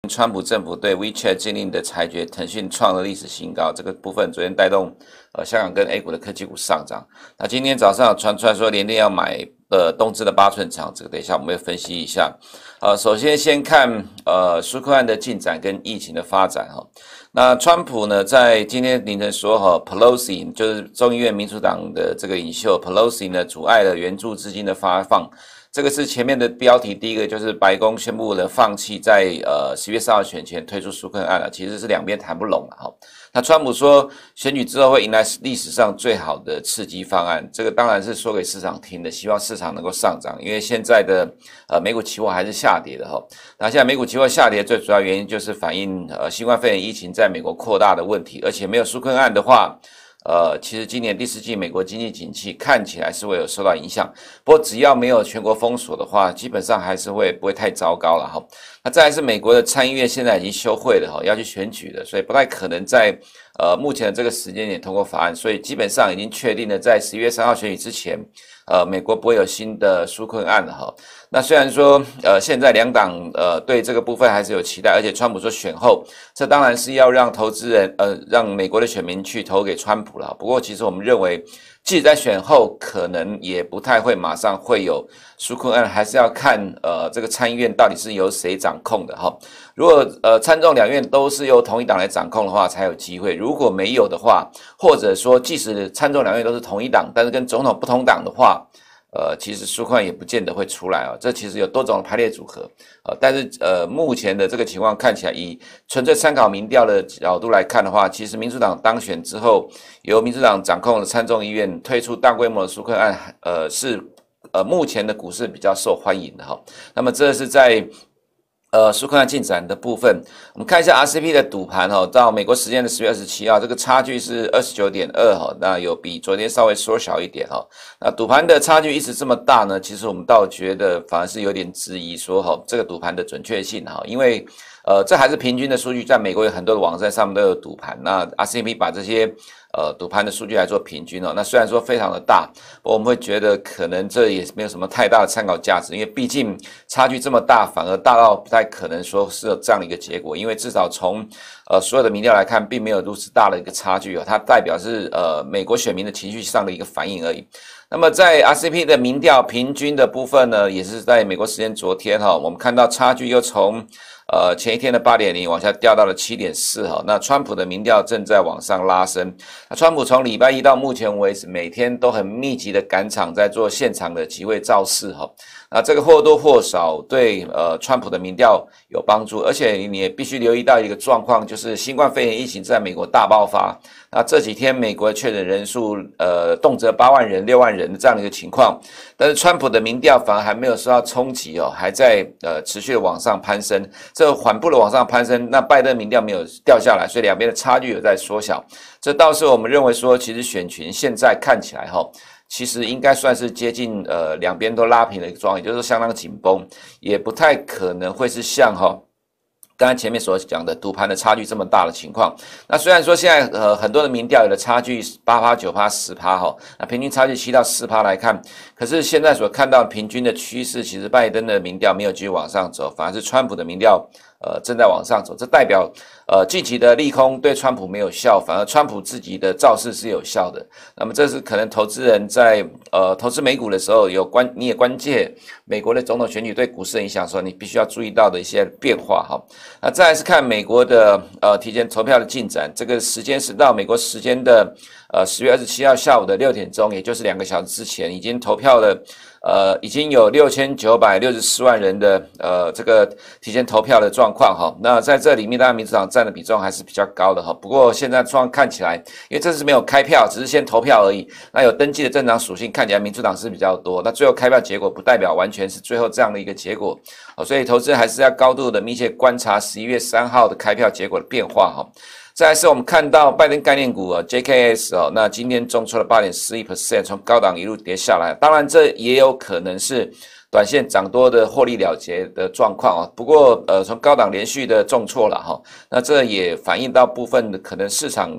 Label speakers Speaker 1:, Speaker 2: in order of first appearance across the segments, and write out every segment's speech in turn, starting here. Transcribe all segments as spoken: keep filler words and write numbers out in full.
Speaker 1: 川普政府对 WeChat 禁令的裁决，腾讯创了历史新高，这个部分昨天带动呃香港跟 A 股的科技股上涨。那今天早上有传出来说联电要买呃东芝的八寸厂，这个等一下我们会分析一下。呃，首先先看呃纾困案的进展跟疫情的发展哈。那川普呢在今天凌晨说哈 ，Pelosi 就是众议院民主党的这个领袖 Pelosi 呢阻碍了援助资金的发放。这个是前面的标题，第一个就是白宫宣布了放弃在呃十月三号选前推出纾困案了，其实是两边谈不拢了哈。那川普说选举之后会迎来历史上最好的刺激方案，这个当然是说给市场听的，希望市场能够上涨，因为现在的呃美股期货还是下跌的哈。那现在美股期货下跌最主要原因就是反映呃新冠肺炎疫情在美国扩大的问题，而且没有纾困案的话。呃，其实今年第四季美国经济景气看起来是会有受到影响，不过只要没有全国封锁的话，基本上还是会不会太糟糕了哈。那再来是美国的参议院现在已经休会了哈，要去选举了，所以不太可能在呃目前的这个时间点通过法案，所以基本上已经确定了在十一月三号选举之前，呃，美国不会有新的纾困案了哈。那虽然说呃现在两党呃对这个部分还是有期待，而且川普说选后，这当然是要让投资人呃让美国的选民去投给川普了。不过其实我们认为，即使在选后，可能也不太会马上会有纾困案，还是要看呃这个参议院到底是由谁掌控的哈。如果呃参众两院都是由同一党来掌控的话，才有机会；如果没有的话，或者说即使参众两院都是同一党，但是跟总统不同党的话。呃，其实纾困也不见得会出来啊、哦，这其实有多种排列组合，呃，但是呃，目前的这个情况看起来，以纯粹参考民调的角度来看的话，其实民主党当选之后，由民主党掌控的参众议院推出大规模的纾困案，呃，是呃目前的股市比较受欢迎的哈、哦。那么这是在。呃，纾困案进展的部分，我们看一下 R C P 的赌盘哈，到美国时间的十月二十七号，这个差距是 二十九点二 哈，那有比昨天稍微缩小一点哈。那赌盘的差距一直这么大呢，其实我们倒觉得反而是有点质疑说哈，这个赌盘的准确性哈，因为呃这还是平均的数据，在美国有很多的网站上面都有赌盘，那 R C P 把这些呃赌盘的数据来做平均哦，那虽然说非常的大，不过我们会觉得可能这也没有什么太大的参考价值，因为毕竟差距这么大，反而大到不太可能说是有这样的一个结果，因为至少从呃所有的民调来看，并没有如此大的一个差距哦，它代表是呃美国选民的情绪上的一个反应而已。那么在 R C P 的民调平均的部分呢，也是在美国时间昨天哈、哦，我们看到差距又从呃前一天的 八点零 往下掉到了 七点四 哈。那川普的民调正在往上拉升。那川普从礼拜一到目前为止，每天都很密集的赶场，在做现场的集会造势哈。那这个或多或少对呃川普的民调有帮助，而且你也必须留意到一个状况，就是新冠肺炎疫情在美国大爆发。那这几天美国确诊人数呃动辄八万人、六万人的这样的一个情况，但是川普的民调反而还没有受到冲击哦，还在呃持续的往上攀升，这缓步的往上攀升。那拜登民调没有掉下来，所以两边的差距有在缩小。这倒是我们认为说，其实选群现在看起来哈、哦。其实应该算是接近呃两边都拉平的一个状况，也就是相当紧绷，也不太可能会是像哈、哦、刚才前面所讲的赌盘的差距这么大的情况。那虽然说现在呃很多的民调有的差距 百分之八、九%、百分之十 哈，那平均差距 百分之七到百分之十 来看，可是现在所看到平均的趋势，其实拜登的民调没有继续往上走，反而是川普的民调呃正在往上走，这代表呃近期的利空对川普没有效，反而川普自己的造势是有效的。那么这是可能投资人在呃投资美股的时候有关，你也关切美国的总统选举对股市的影响的时候，你必须要注意到的一些变化哈。那再来是看美国的呃提前投票的进展，这个时间是到美国时间的呃十月二十七号下午的六点钟，也就是两个小时之前已经投票了。呃，已经有六千九百六十四万人的呃这个提前投票的状况哈。那在这里面，当然民主党占的比重还是比较高的哈。不过现在状况看起来，因为这次没有开票，只是先投票而已。那有登记的政党属性，看起来民主党是比较多。那最后开票结果不代表完全是最后这样的一个结果，所以投资人还是要高度的密切观察十一月三号的开票结果的变化哈。再来是我们看到拜登概念股啊 J K S 哦，那今天重挫了 百分之八点四一， 从高档一路跌下来。当然这也有可能是短线涨多的获利了结的状况啊。不过呃从高档连续的重挫了哈，那这也反映到部分的可能市场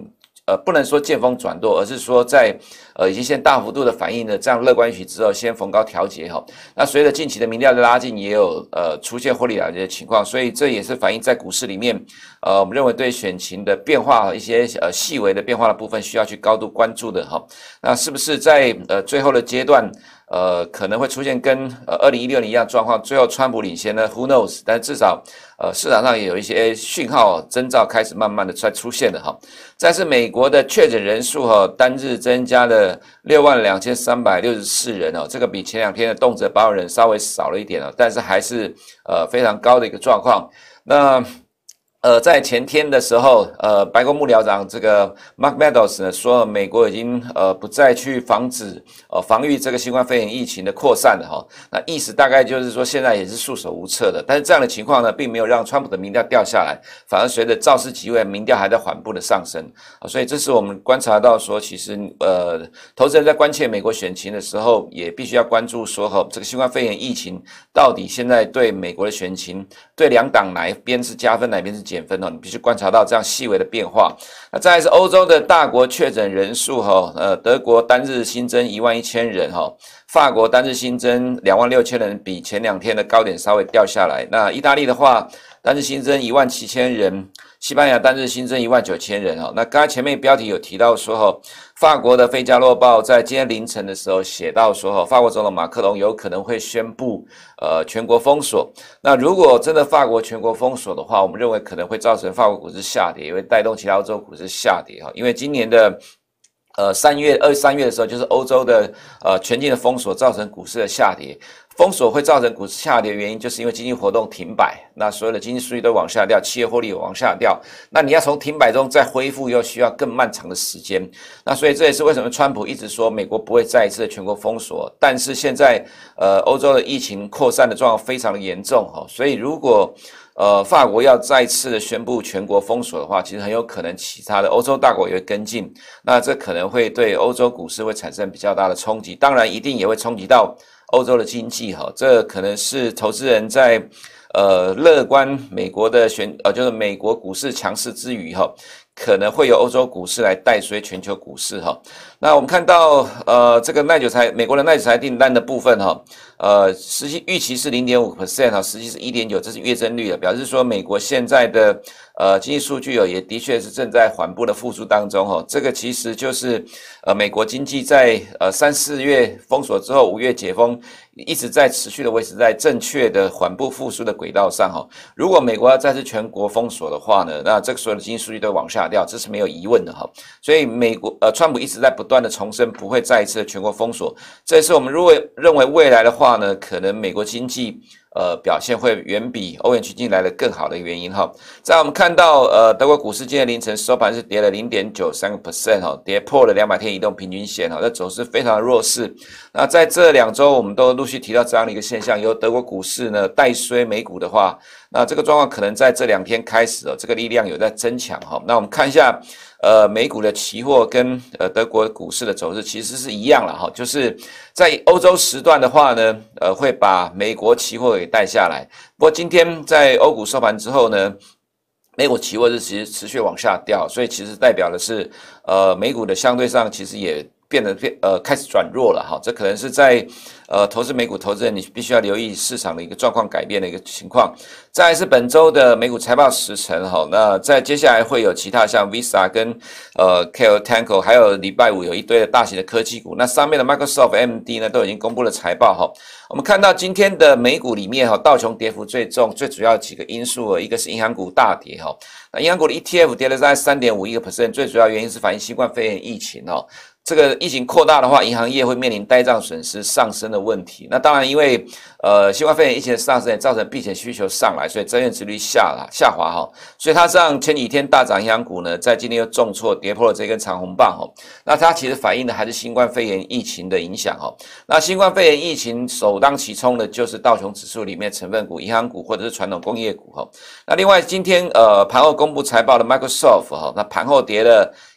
Speaker 1: 呃不能说见风转弱，而是说在呃已经先大幅度的反映了这样乐观预期之后，先逢高调节哈。那随着近期的民调的拉近，也有呃出现获利了结的情况，所以这也是反映在股市里面，呃我们认为对选情的变化一些呃细微的变化的部分需要去高度关注的哈。那是不是在呃最后的阶段？呃，可能会出现跟呃二零一六年一样的状况，最后川普领先呢 ？Who knows？ 但至少呃市场上也有一些讯号征兆开始慢慢的在出现了哈。再是美国的确诊人数哈，单日增加了六万两千三百六十四人哦，这个比前两天的动辄保有人稍微少了一点哦，但是还是呃非常高的一个状况。那呃，在前天的时候，呃，白宫幕僚长这个 Mark Meadows 呢说，美国已经呃不再去防止呃防御这个新冠肺炎疫情的扩散了哈。那意思大概就是说，现在也是束手无策的。但是这样的情况呢，并没有让川普的民调掉下来，反而随着赵氏即位，民调还在缓步的上升啊。所以这是我们观察到说，其实呃，投资人在关切美国选情的时候，也必须要关注说哈，这个新冠肺炎疫情到底现在对美国的选情，对两党哪一边是加分，哪一边是减分哦，你必须观察到这样细微的变化。那再来是欧洲的大国确诊人数哈，呃，德国单日新增一万一千人哈，法国单日新增两万六千人，比前两天的高点稍微掉下来。那意大利的话，单日新增一万七千人，西班牙单日新增一万九千人哈。那刚才前面标题有提到说哈，法国的《费加洛报》在今天凌晨的时候写到说哈，法国总统马克龙有可能会宣布呃全国封锁。那如果真的法国全国封锁的话，我们认为可能会造成法国股市下跌，也会带动其他欧洲股市下跌哈。因为今年的呃三月二三月的时候，就是欧洲的呃全境的封锁造成股市的下跌。封锁会造成股市下跌的原因，就是因为经济活动停摆，那所有的经济数据都往下掉，企业获利也往下掉，那你要从停摆中再恢复，又需要更漫长的时间。那所以这也是为什么川普一直说美国不会再一次的全国封锁，但是现在呃欧洲的疫情扩散的状况非常的严重哈，所以如果呃法国要再次的宣布全国封锁的话，其实很有可能其他的欧洲大国也会跟进，那这可能会对欧洲股市会产生比较大的冲击，当然一定也会冲击到欧洲的经济哈，这可能是投资人在呃乐观美国的选呃就是美国股市强势之余哈，可能会有欧洲股市来带衰全球股市哈。那我们看到呃这个耐久材美国的耐久材订单的部分哈，呃实际预期是 百分之零点五 哈，实际是 一点九， 这是月增率的，表示说美国现在的呃经济数据哦也的确是正在缓步的复苏当中哈。这个其实就是呃美国经济在呃三四月封锁之后，五月解封，一直在持续的维持在正确的缓步复苏的轨道上哈。如果美国要再次全国封锁的话呢，那这个所有的经济数据都往下掉，这是没有疑问的哈。所以美国呃川普一直在不断的重申不会再一次的全国封锁，这也是我们如果认为未来的话呢，可能美国经济呃表现会远比欧元区经济来的更好的原因哈。在我们看到呃德国股市今天凌晨收盘是跌了 百分之零点九三 哈，跌破了两百天移动平均线哈，这走势非常的弱势。那在这两周我们都陆续提到这样的一个现象，由德国股市呢带衰美股的话，那这个状况可能在这两天开始哦，这个力量有在增强哈。那我们看一下呃美股的期货跟呃德国股市的走势其实是一样了哈，就是在欧洲时段的话呢，呃会把美国期货给带下来。不过今天在欧股收盘之后呢，美股期货是其实持续往下掉，所以其实代表的是呃美股的相对上其实也变得变呃开始转弱了哈，这可能是在呃投资美股投资人你必须要留意市场的一个状况改变的一个情况。再来是本周的美股财报时程哈，那在接下来会有其他像 Visa 跟呃 K L Tanko， 还有礼拜五有一堆的大型的科技股，那上面的 Microsoft、A M D 呢都已经公布了财报哈。我们看到今天的美股里面哈，道琼跌幅最重，最主要几个因素，一个是银行股大跌哈，那银行股的 E T F 跌了在 百分之三点五一， 最主要原因是反映新冠肺炎疫情哦。这个疫情扩大的话，银行业会面临呆账损失上升的问题。那当然，因为呃新冠肺炎疫情的上升也造成避险需求上来，所以债券殖利率下了下滑哈。所以它这样前几天大涨银行股呢，在今天又重挫，跌破了这根长红棒哈。那它其实反映的还是新冠肺炎疫情的影响哈。那新冠肺炎疫情首当其冲的就是道琼指数里面成分股、银行股或者是传统工业股哈。那另外今天呃盘后公布财报的 Microsoft 哈，那盘后跌了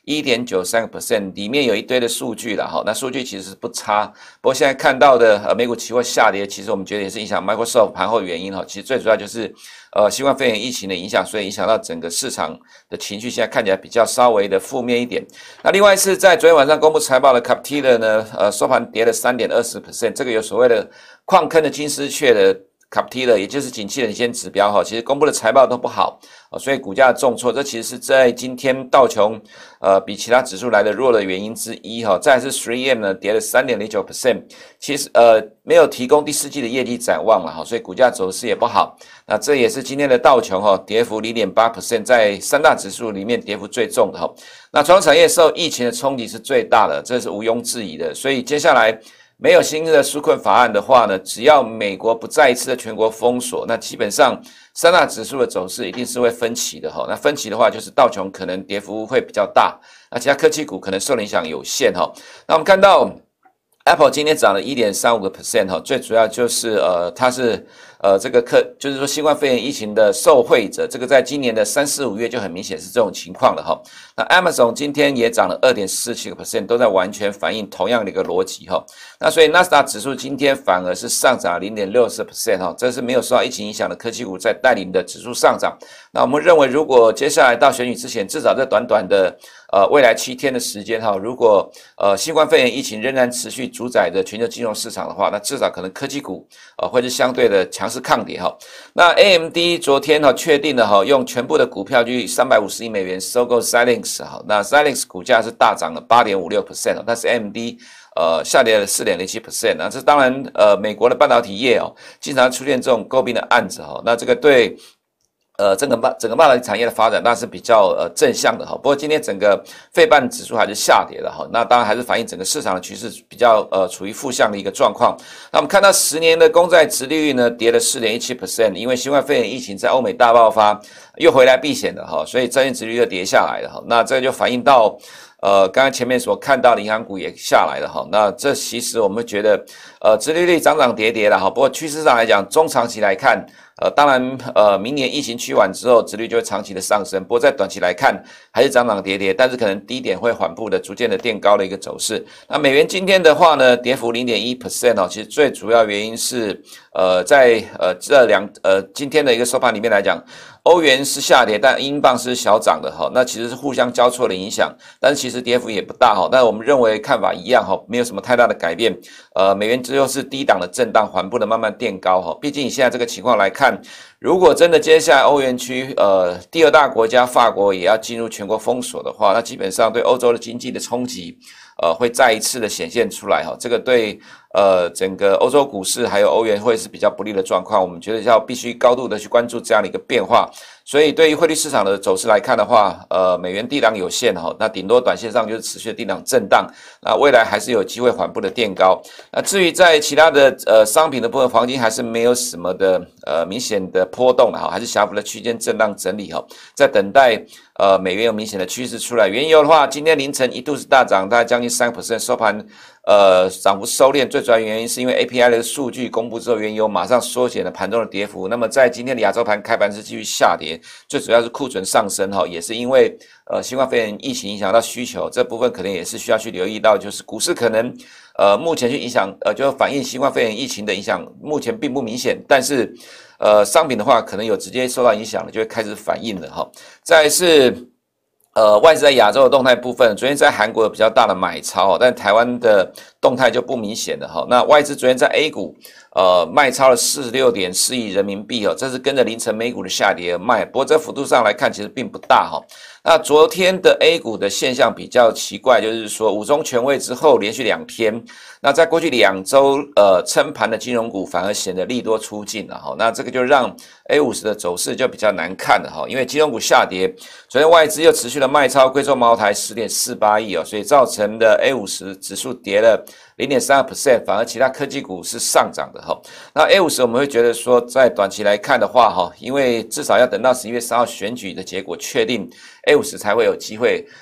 Speaker 1: 一点九三个 percent， 里面有一堆的数据了哈，那数据其实不差，不过现在看到的呃美股期货下跌，其实我们觉得也是影响 Microsoft 盘后的原因哈，其实最主要就是呃新冠肺炎疫情的影响，所以影响到整个市场的情绪，现在看起来比较稍微的负面一点。那另外是在昨天晚上公布财报的 Captiva 呢，呃收盘跌了 百分之三点二零， 这个有所谓的矿坑的金丝雀的 Captiva， 也就是景气的领先指标哈，其实公布的财报都不好，所以股价重挫，这其实是在今天道琼呃比其他指数来的弱的原因之一哈。再来是 三 M 呢跌了 百分之三点零九， 其实呃没有提供第四季的业绩展望了哈，所以股价走势也不好。那这也是今天的道琼哈跌幅 百分之零点八， 在三大指数里面跌幅最重的哈。那传统产业受疫情的冲击是最大的，这是毋庸置疑的，所以接下来没有新的纾困法案的话呢，只要美国不再一次的全国封锁，那基本上三大指数的走势一定是会分歧的哈。那分歧的话，就是道琼可能跌幅会比较大，那其他科技股可能受影响有限哈。那我们看到 Apple 今天涨了 百分之一点三五 哈，最主要就是呃它是呃这个科就是说新冠肺炎疫情的受惠者，这个在今年的三四五月就很明显是这种情况了哈。那 Amazon 今天也涨了 百分之二点四七， 都在完全反映同样的一个逻辑哈。那所以纳斯达克指数今天反而是上涨 百分之零点六四 哈，这是没有受到疫情影响的科技股在带领的指数上涨。那我们认为，如果接下来到选举之前，至少在短短的呃未来七天的时间哈，如果呃新冠肺炎疫情仍然持续主宰着全球金融市场的话，那至少可能科技股呃会是相对的强势抗跌哈。那 A M D 昨天哈确定了哈，用全部的股票去三百五十亿美元收购 Xilinx 哈，那 Xilinx 股价是大涨了 百分之八点五六， 但是 A M D 呃下跌了 百分之四点零七， 那这当然呃美国的半导体业哦经常出现这种诟病的案子哈，那这个对呃，整个半整个半导体产业的发展，那是比较呃正向的哈。不过今天整个费半指数还是下跌的哈，那当然还是反映整个市场的趋势比较呃处于负向的一个状况。那我们看到十年的公债殖利率呢跌了 百分之四点一七， 因为新冠肺炎疫情在欧美大爆发，又回来避险的哈，所以债券殖利率又跌下来了哈。那这就反映到呃刚刚前面所看到的银行股也下来了哈。那这其实我们觉得呃殖利率涨涨跌跌了哈，不过趋势上来讲，中长期来看。呃，当然，呃，明年疫情趋缓之后，殖利率就会长期的上升。不过在短期来看，还是涨涨跌跌，但是可能低点会缓步的、逐渐的垫高的一个走势。那美元今天的话呢，跌幅 百分之零点一 哦，其实最主要原因是，呃，在呃这两呃今天的一个收盘里面来讲，欧元是下跌，但英镑是小涨的哈。那其实是互相交错的影响，但是其实跌幅也不大哈。但我们认为看法一样哈，没有什么太大的改变。呃，美元只有是低档的震荡，缓步的慢慢垫高哈。毕竟以现在这个情况来看。如果真的接下来欧元区呃第二大国家法国也要进入全国封锁的话，那基本上对欧洲的经济的冲击呃会再一次的显现出来哈，这个对呃整个欧洲股市还有欧元会是比较不利的状况，我们觉得要必须高度的去关注这样的一个变化。所以对于汇率市场的走势来看的话，呃美元低档有限哈，那顶多短线上就是持续的低档震荡，那未来还是有机会缓步的垫高。那至于在其他的呃商品的部分，黄金还是没有什么的呃明显的波动了哈，还是狭幅的区间震荡整理哈，在等待呃美元有明显的趋势出来。原油的话，今天凌晨一度是大涨，大概将近 百分之三， 收盘呃涨幅收敛，最主要原因是因为 A P I 的数据公布之后，原油马上缩减了盘中的跌幅。那么在今天的亚洲盘开盘是继续下跌，最主要是库存上升哈，也是因为呃新冠肺炎疫情影响到需求，这部分可能也是需要去留意到，就是股市可能呃目前去影响呃就反映新冠肺炎疫情的影响，目前并不明显，但是呃商品的话可能有直接受到影响了，就会开始反应了哈。再来是。呃，外资在亚洲的动态部分，昨天在韩国有比较大的买超，但台湾的动态就不明显了哈。那外资昨天在 A 股呃卖超了 四十六点四亿人民币哦，这是跟着凌晨美股的下跌而卖，不过这幅度上来看其实并不大哈。那昨天的 A 股的现象比较奇怪，就是说五中全会之后连续两天，那在过去两周呃撑盘的金融股反而显得利多出尽了哈。那这个就让 A 五十 的走势就比较难看了哈，因为金融股下跌，昨天外资又持续的卖超贵州茅台 十点四八亿哦，所以造成的 A 五十 指数跌了 百分之零点三二， 反而其他科技股是上涨的哈。那 A 五十 我们会觉得说，在短期来看的话哈，因为至少要等到十一月三号选举的结果确定， A 五十 才会有机会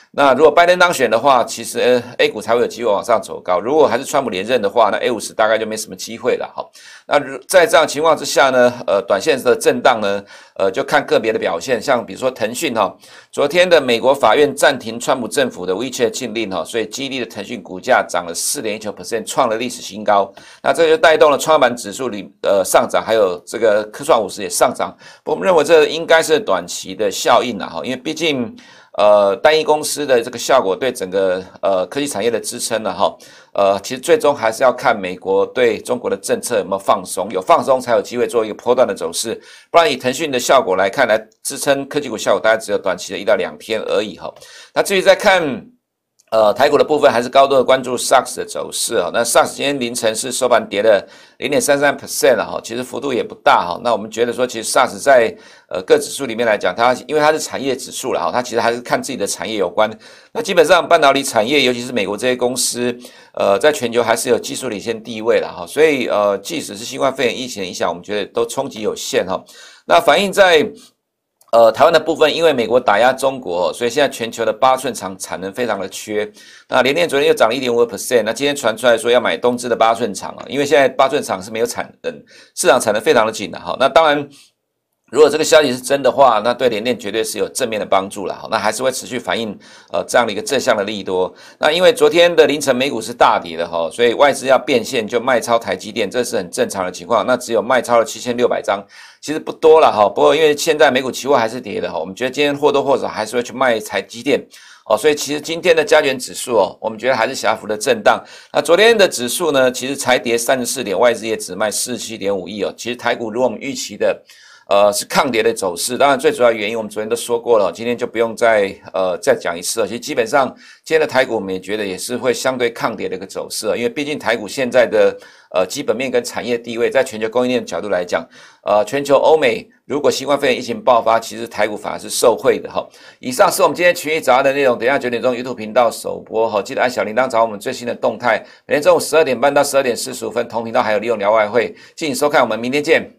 Speaker 1: 那如果拜登当选的话，其实、呃、A 股才会有机会往上走高。如果还是川普连任的话，那 A 五十 大概就没什么机会了哈。那在这样情况之下呢，呃，短线的震荡呢，呃，就看个别的表现，像比如说腾讯哈，昨天的美国法院暂停川普政府的 WeChat 禁令哈，所以激励的腾讯股价涨了 百分之四点一九， 创了历史新高。那这就带动了创业板指数里呃上涨，还有这个科创五十也上涨。我们认为这应该是短期的效应啦哈，因为毕竟。呃，单一公司的这个效果对整个呃科技产业的支撑呢，哈，呃，其实最终还是要看美国对中国的政策有没有放松，有放松才有机会做一个波段的走势，不然以腾讯的效果来看，来支撑科技股效果大概只有短期的一到两天而已哈。那至于再看。呃，台股的部分还是高度的关注 S A R X 的走势啊。那 S A R X 今天凌晨是收盘跌了 零点三三 percent 了哈，其实幅度也不大哈。那我们觉得说，其实 S A R X 在呃各指数里面来讲，它因为它是产业指数了哈，它其实还是看自己的产业有关。那基本上半导体产业，尤其是美国这些公司，呃，在全球还是有技术领先地位了哈。所以呃，即使是新冠肺炎疫情的影响，我们觉得都冲击有限哈。那反映在呃，台湾的部分，因为美国打压中国，所以现在全球的八寸厂产能非常的缺。那联电昨天又涨了 一点五 percent， 那今天传出来说要买东芝的八寸厂啊，因为现在八寸厂是没有产能，市场产能非常的紧的哈。那当然。如果这个消息是真的话，那对联电绝对是有正面的帮助啦，那还是会持续反映呃这样的一个正向的利多。那因为昨天的凌晨美股是大跌的哈，所以外资要变现就卖超台积电，这是很正常的情况。那只有卖超了七千六百张，其实不多了哈。不过因为现在美股期货还是跌的哈，我们觉得今天或多或少还是会去卖台积电。哦，所以其实今天的加权指数哦，我们觉得还是小幅的震荡。那昨天的指数呢，其实才跌三十四点，外资也只卖四十七点五亿哦。其实台股如果我们预期的。呃，是抗跌的走势，当然最主要原因我们昨天都说过了，今天就不用再呃再讲一次了。其实基本上今天的台股我们也觉得也是会相对抗跌的一个走势，因为毕竟台股现在的呃基本面跟产业地位，在全球供应链的角度来讲，呃，全球欧美如果新冠肺炎疫情爆发，其实台股反而是受惠的哈。以上是我们今天群益早安的内容，等一下九点钟 YouTube 频道首播哈，记得按小铃铛找我们最新的动态。每天中午十二点半到十二点四十五分，同频道还有利用聊外汇，敬请收看，我们明天见。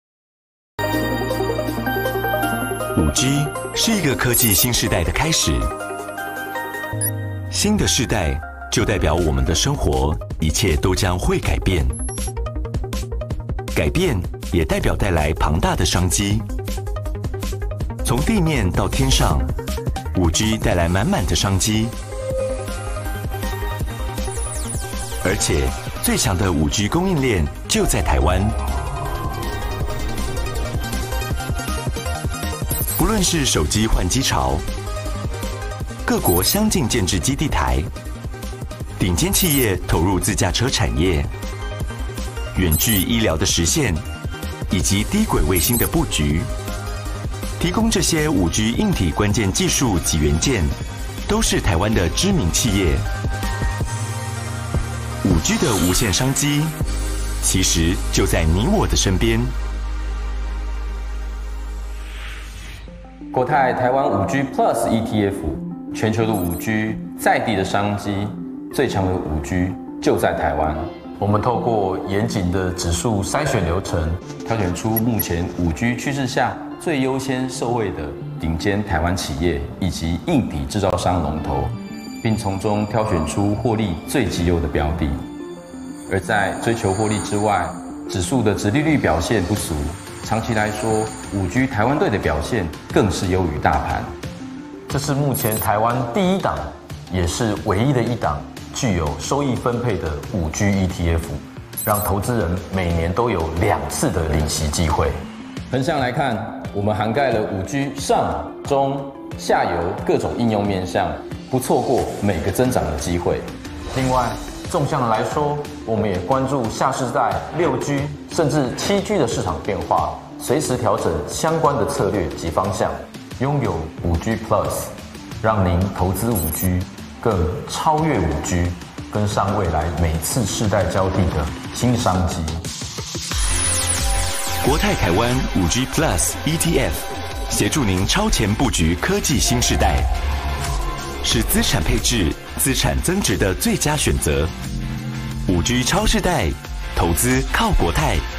Speaker 2: 五 G 是一个科技新时代的开始，新的世代就代表我们的生活一切都将会改变，改变也代表带来庞大的商机。从地面到天上， 五 G 带来满满的商机，而且最强的 五 G 供应链就在台湾。不论是手机换机潮，各国相继建制基地台，顶尖企业投入自驾车产业，远距医疗的实现，以及低轨卫星的布局，提供这些 五 G 硬体关键技术及元件，都是台湾的知名企业。五 G 的无限商机，其实就在你我的身边。
Speaker 3: 国泰台湾 五 G Plus E T F， 全球的 五 G 在地的商机，最强的 五 G 就在台湾。
Speaker 4: 我们透过严谨的指数筛选流程，
Speaker 3: 挑选出目前 五 G 趋势下最优先受惠的顶尖台湾企业以及硬体制造商龙头，并从中挑选出获利最绩优的标的。而在追求获利之外，指数的殖利率表现不俗。长期来说 ，五 G 台湾队的表现更是优于大盘。
Speaker 4: 这是目前台湾第一档，也是唯一的一档具有收益分配的 五 G E T F， 让投资人每年都有两次的领息机会。
Speaker 3: 横向来看，我们涵盖了 五 G 上、中、下游各种应用面向，不错过每个增长的机会。
Speaker 4: 另外，纵向的来说，我们也关注下世代六 G 甚至七 G 的市场变化，随时调整相关的策略及方向，拥有 五 G Plus， 让您投资 五 G 更超越 五 G， 跟上未来每次世代交替的新商机。
Speaker 2: 国泰台湾 五 G Plus E T F 协助您超前布局科技新世代，是资产配置、资产增值的最佳选择。五 G 超世代，投资靠国泰。